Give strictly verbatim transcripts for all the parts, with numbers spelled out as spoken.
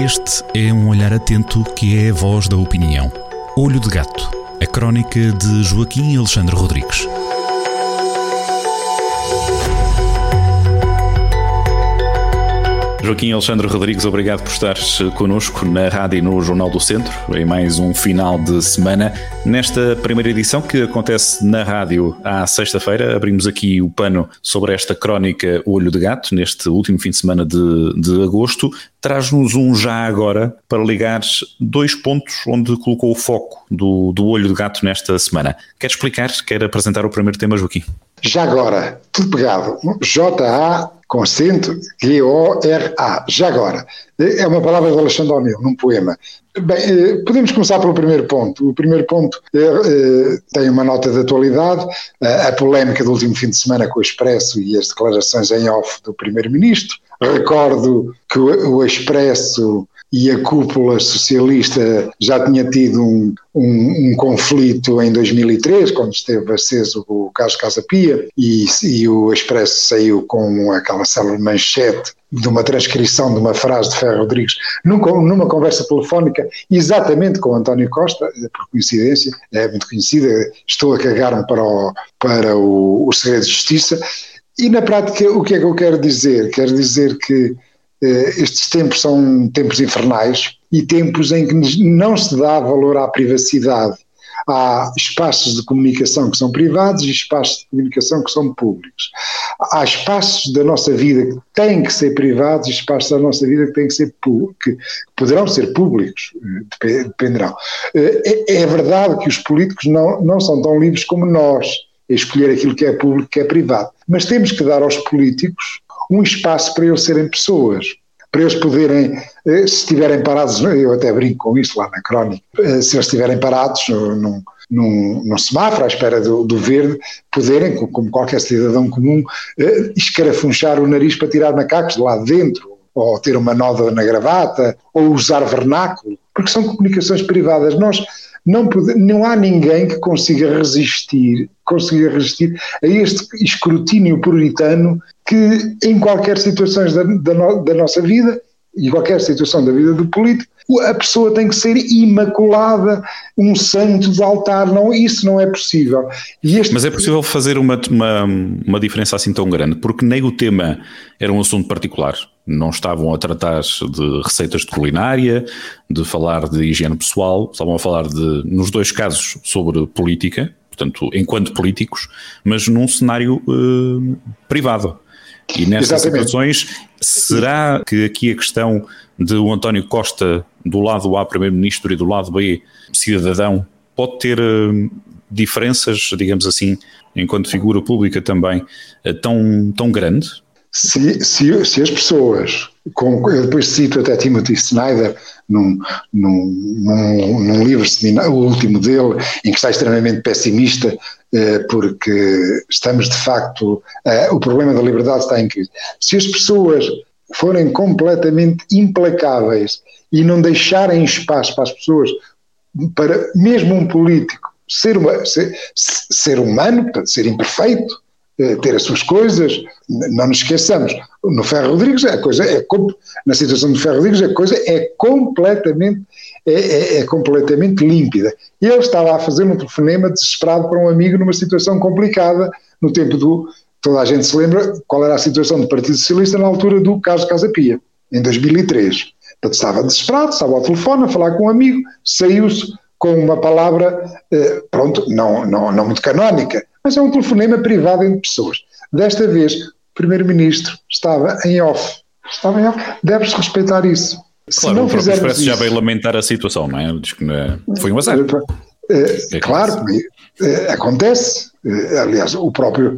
Este é um olhar atento que é a voz da opinião. Olho de Gato, a crónica de Joaquim Alexandre Rodrigues. Joaquim Alexandre Rodrigues, obrigado por estares connosco na rádio e no Jornal do Centro, em mais um final de semana. Nesta primeira edição, que acontece na rádio à sexta-feira, abrimos aqui o pano sobre esta crónica Olho de Gato, neste último fim de semana de, de agosto. Traz-nos um já agora para ligares dois pontos onde colocou o foco do, do Olho de Gato nesta semana. Quer explicar? Quer apresentar o primeiro tema, Joaquim? Já agora, tudo pegado, J A com acento, G O R A, já agora. É uma palavra de Alexandre O'Neill, num poema. Bem, podemos começar pelo primeiro ponto. O primeiro ponto é, é, tem uma nota de atualidade, a, a polémica do último fim de semana com o Expresso e as declarações em off do Primeiro-Ministro. Recordo que o, o Expresso e a cúpula socialista já tinha tido um, um, um conflito em dois mil e três, quando esteve aceso o caso Casa Pia, e, e o Expresso saiu com aquela célebre manchete de uma transcrição de uma frase de Ferro Rodrigues numa, numa conversa telefónica exatamente com António Costa, por coincidência, é muito conhecida, estou a cagar-me para o, para o, o segredo de justiça. E na prática o que é que eu quero dizer? Quero dizer que estes tempos são tempos infernais e tempos em que não se dá valor à privacidade. Há espaços de comunicação que são privados e espaços de comunicação que são públicos. Há espaços da nossa vida que têm que ser privados e espaços da nossa vida que têm que ser que poderão ser públicos, dependerão. É, é verdade que os políticos não, não são tão livres como nós a escolher aquilo que é público e que é privado, mas temos que dar aos políticos um espaço para eles serem pessoas, para eles poderem, se estiverem parados, eu até brinco com isso lá na crónica, se eles estiverem parados num, num, num semáforo à espera do, do verde, poderem, como qualquer cidadão comum, escarafunchar o nariz para tirar macacos de lá de dentro, ou ter uma nódoa na gravata, ou usar vernáculo, porque são comunicações privadas. Nós Não, pode, não há ninguém que consiga resistir, consiga resistir a este escrutínio puritano que em qualquer situação da, da, no, da nossa vida e qualquer situação da vida do político, a pessoa tem que ser imaculada, um santo de altar. Não, isso não é possível. E este... Mas é possível fazer uma, uma, uma diferença assim tão grande, porque nem o tema era um assunto particular. Não estavam a tratar de receitas de culinária, de falar de higiene pessoal, estavam a falar de, nos dois casos, sobre política, portanto, enquanto políticos, mas num cenário uh, privado. E nestas Exatamente. Situações, será que aqui a questão de o António Costa, do lado A, Primeiro-Ministro, e do lado B, cidadão, pode ter uh, diferenças, digamos assim, enquanto figura pública também, uh, tão, tão grande? Se, se, se as pessoas, com, eu depois cito até Timothy Snyder, num, num, num, num livro, o último dele, em que está extremamente pessimista, eh, porque estamos de facto, eh, o problema da liberdade está em crise. Se as pessoas forem completamente implacáveis e não deixarem espaço para as pessoas, para mesmo um político ser, uma, ser, ser humano, portanto, ser imperfeito, ter as suas coisas, não nos esqueçamos, no Ferro Rodrigues a coisa é, na situação do Ferro Rodrigues a coisa é completamente, é, é, é completamente límpida. Ele estava a fazer um telefonema desesperado para um amigo numa situação complicada, no tempo do, toda a gente se lembra qual era a situação do Partido Socialista na altura do caso Casa Pia, em dois mil e três. Portanto, estava desesperado, estava ao telefone a falar com um amigo, saiu-se com uma palavra, eh, pronto, não, não, não muito canónica, mas é um telefonema privado entre pessoas. Desta vez, o Primeiro-Ministro estava em off. Estava em off. Deve-se respeitar isso. Claro, se não o próprio Expresso isso, já veio lamentar a situação, não é? Diz que não é, foi um azar. É, é, claro, é, acontece. É, aliás, o próprio...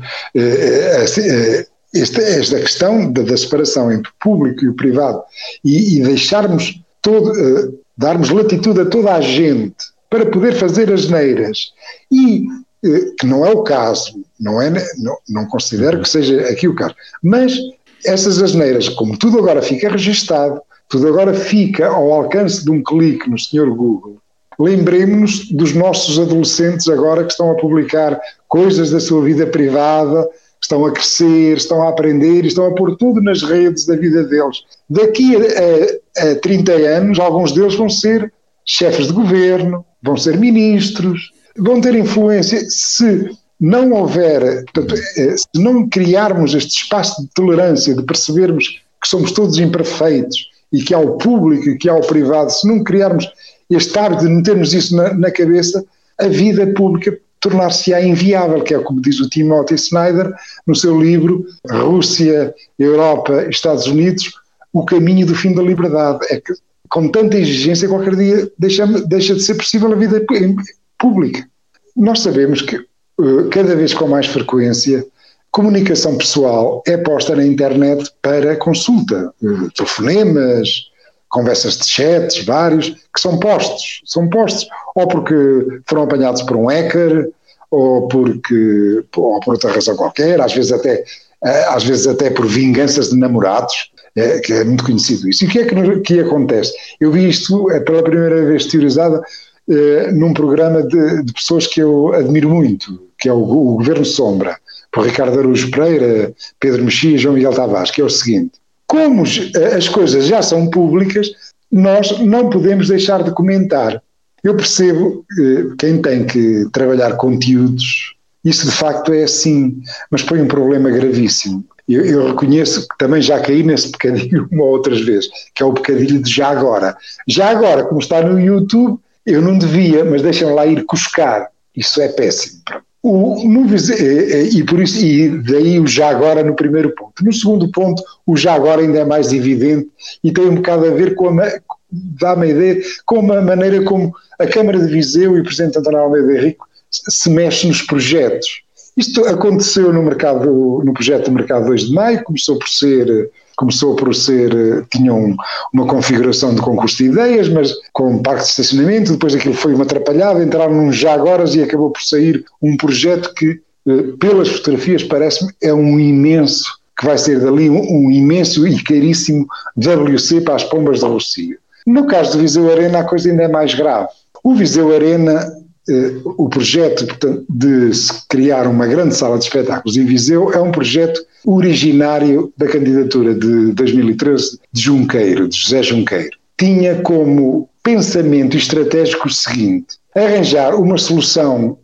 É, é, esta, esta questão da, da separação entre o público e o privado e, e deixarmos todo... É, darmos latitude a toda a gente para poder fazer asneiras e... que não é o caso, não, é, não, não considero que seja aqui o caso, mas essas asneiras, como tudo agora fica registado, tudo agora fica ao alcance de um clique no senhor Google, lembremos-nos dos nossos adolescentes agora que estão a publicar coisas da sua vida privada, estão a crescer, estão a aprender, estão a pôr tudo nas redes da vida deles. Daqui a, a, a trinta anos, alguns deles vão ser chefes de governo, vão ser ministros, vão ter influência. Se não houver, portanto, se não criarmos este espaço de tolerância, de percebermos que somos todos imperfeitos e que há o público e que há o privado, se não criarmos este hábito de metermos isso na, na cabeça, a vida pública tornar-se-á inviável, que é como diz o Timothy Snyder no seu livro Rússia, Europa e Estados Unidos, o caminho do fim da liberdade. É que com tanta exigência qualquer dia deixa, deixa de ser possível a vida pública. Nós sabemos que cada vez com mais frequência comunicação pessoal é posta na internet para consulta, telefonemas, conversas de chats, vários, que são postos, são postos, ou porque foram apanhados por um hacker, ou porque, ou por outra razão qualquer, às vezes até, às vezes até por vinganças de namorados, é, que é muito conhecido isso. E o que é que, que acontece? Eu vi isto pela primeira vez teorizada eh, num programa de, de pessoas que eu admiro muito, que é o, o Governo Sombra, por Ricardo Araújo Pereira, Pedro Mexia e João Miguel Tavares, que é o seguinte: como as coisas já são públicas, nós não podemos deixar de comentar. Eu percebo eh, quem tem que trabalhar conteúdos, isso de facto é assim, mas põe um problema gravíssimo. Eu, eu reconheço que também já caí nesse pecadilho uma ou outras vezes, que é o pecadilho de já agora. Já agora, como está no YouTube, eu não devia, mas deixam lá ir cuscar. Isso é péssimo. O, no, e, e por isso, e daí o já agora no primeiro ponto. No segundo ponto, o já agora ainda é mais evidente e tem um bocado a ver com a, dá-me a ideia, com a maneira como a Câmara de Viseu e o Presidente António Almeida Henrique se mexe nos projetos. Isto aconteceu no mercado, no projeto do Mercado dois de Maio, começou por ser, começou por ser, tinham uma configuração de concurso de ideias, mas com parque de estacionamento, depois aquilo foi uma atrapalhada, entraram num já agora e acabou por sair um projeto que, pelas fotografias, parece-me, é um imenso, que vai ser dali um, um imenso e caríssimo W C para as Pombas de Rocio. No caso do Viseu Arena, a coisa ainda é mais grave. O Viseu Arena, eh, o projeto portanto, de se criar uma grande sala de espetáculos em Viseu é um projeto originário da candidatura de dois mil e treze de Junqueiro, de José Junqueiro. Tinha como pensamento estratégico o seguinte: arranjar uma solução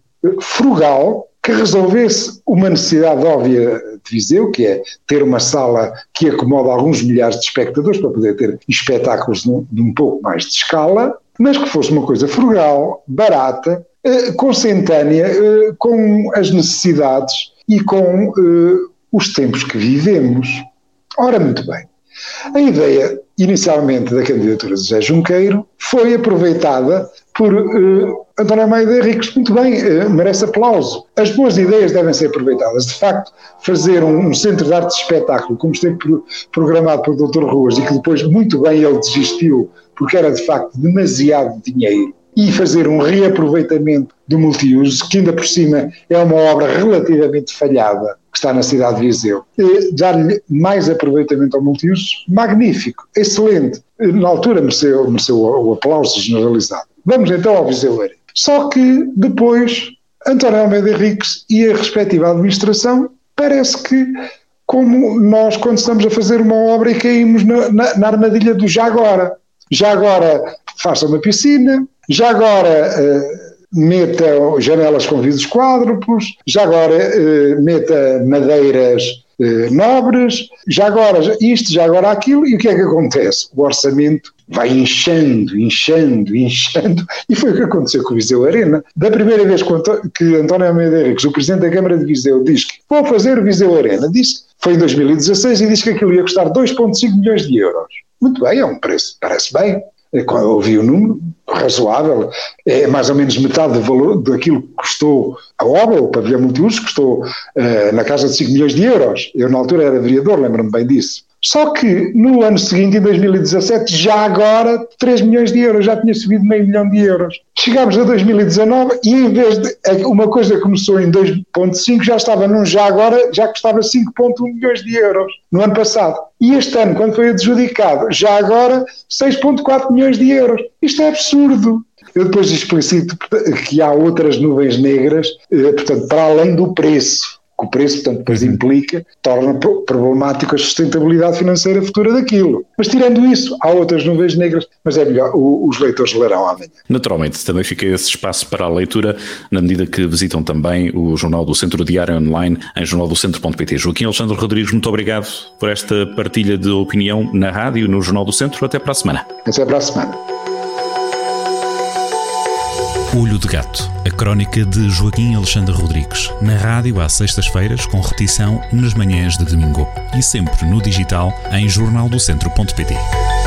frugal que resolvesse uma necessidade óbvia de Viseu, que é ter uma sala que acomoda alguns milhares de espectadores para poder ter espetáculos de um pouco mais de escala, mas que fosse uma coisa frugal, barata, eh, consentânea eh, com as necessidades e com eh, os tempos que vivemos. Ora, muito bem. A ideia, inicialmente, da candidatura de José Junqueiro foi aproveitada por uh, António Almeida Henriques. Muito bem, uh, merece aplauso. As boas ideias devem ser aproveitadas. De facto, fazer um, um centro de arte de espetáculo, como esteve pro, programado pelo doutor Ruas, e que depois, muito bem, ele desistiu, porque era, de facto, demasiado dinheiro, e fazer um reaproveitamento do multiuso, que ainda por cima é uma obra relativamente falhada, que está na cidade de Viseu. Dar-lhe mais aproveitamento ao multiuso, magnífico, excelente. Na altura mereceu, mereceu o aplauso generalizado. Vamos então ao Viseu Arena. Só que depois, António Almeida Henriques e a respectiva administração, parece que, como nós quando estamos a fazer uma obra e caímos na, na, na armadilha do já agora. Já agora faça uma piscina, já agora uh, meta janelas com vidros quádruplos, já agora uh, meta madeiras uh, nobres, já agora isto, já agora aquilo, e o que é que acontece? O orçamento vai inchando, inchando, inchando, e foi o que aconteceu com o Viseu Arena. Da primeira vez que António Almeida Henriques, o Presidente da Câmara de Viseu, diz que vou fazer o Viseu Arena, disse, foi em dois mil e dezasseis, e disse que aquilo ia custar dois vírgula cinco milhões de euros. Muito bem, é um preço, parece bem. Quando eu ouvi o número, razoável, é mais ou menos metade do valor daquilo que custou a obra, o pavilhão multiuso, custou uh, na casa de cinco milhões de euros. Eu na altura era vereador, lembro-me bem disso. Só que no ano seguinte, em dois mil e dezassete, já agora três milhões de euros, já tinha subido meio milhão de euros. Chegámos a dois mil e dezanove e em vez de uma coisa que começou em dois vírgula cinco, já estava num já agora, já custava cinco vírgula um milhões de euros no ano passado. E este ano, quando foi adjudicado, já agora seis vírgula quatro milhões de euros. Isto é absurdo. Eu depois explicito que há outras nuvens negras, portanto, para além do preço. que o preço, portanto, depois implica, torna problemático a sustentabilidade financeira futura daquilo. Mas tirando isso, há outras nuvens negras, mas é melhor, o, os leitores lerão amanhã. Naturalmente, também fica esse espaço para a leitura, na medida que visitam também o Jornal do Centro diário online em jornal do centro ponto pt. Joaquim Alexandre Rodrigues, muito obrigado por esta partilha de opinião na rádio, no Jornal do Centro. Até para a semana. Até para a semana. Olho de Gato, a crónica de Joaquim Alexandre Rodrigues, na rádio às sextas-feiras, com repetição nas manhãs de domingo e sempre no digital em jornal do centro ponto pt.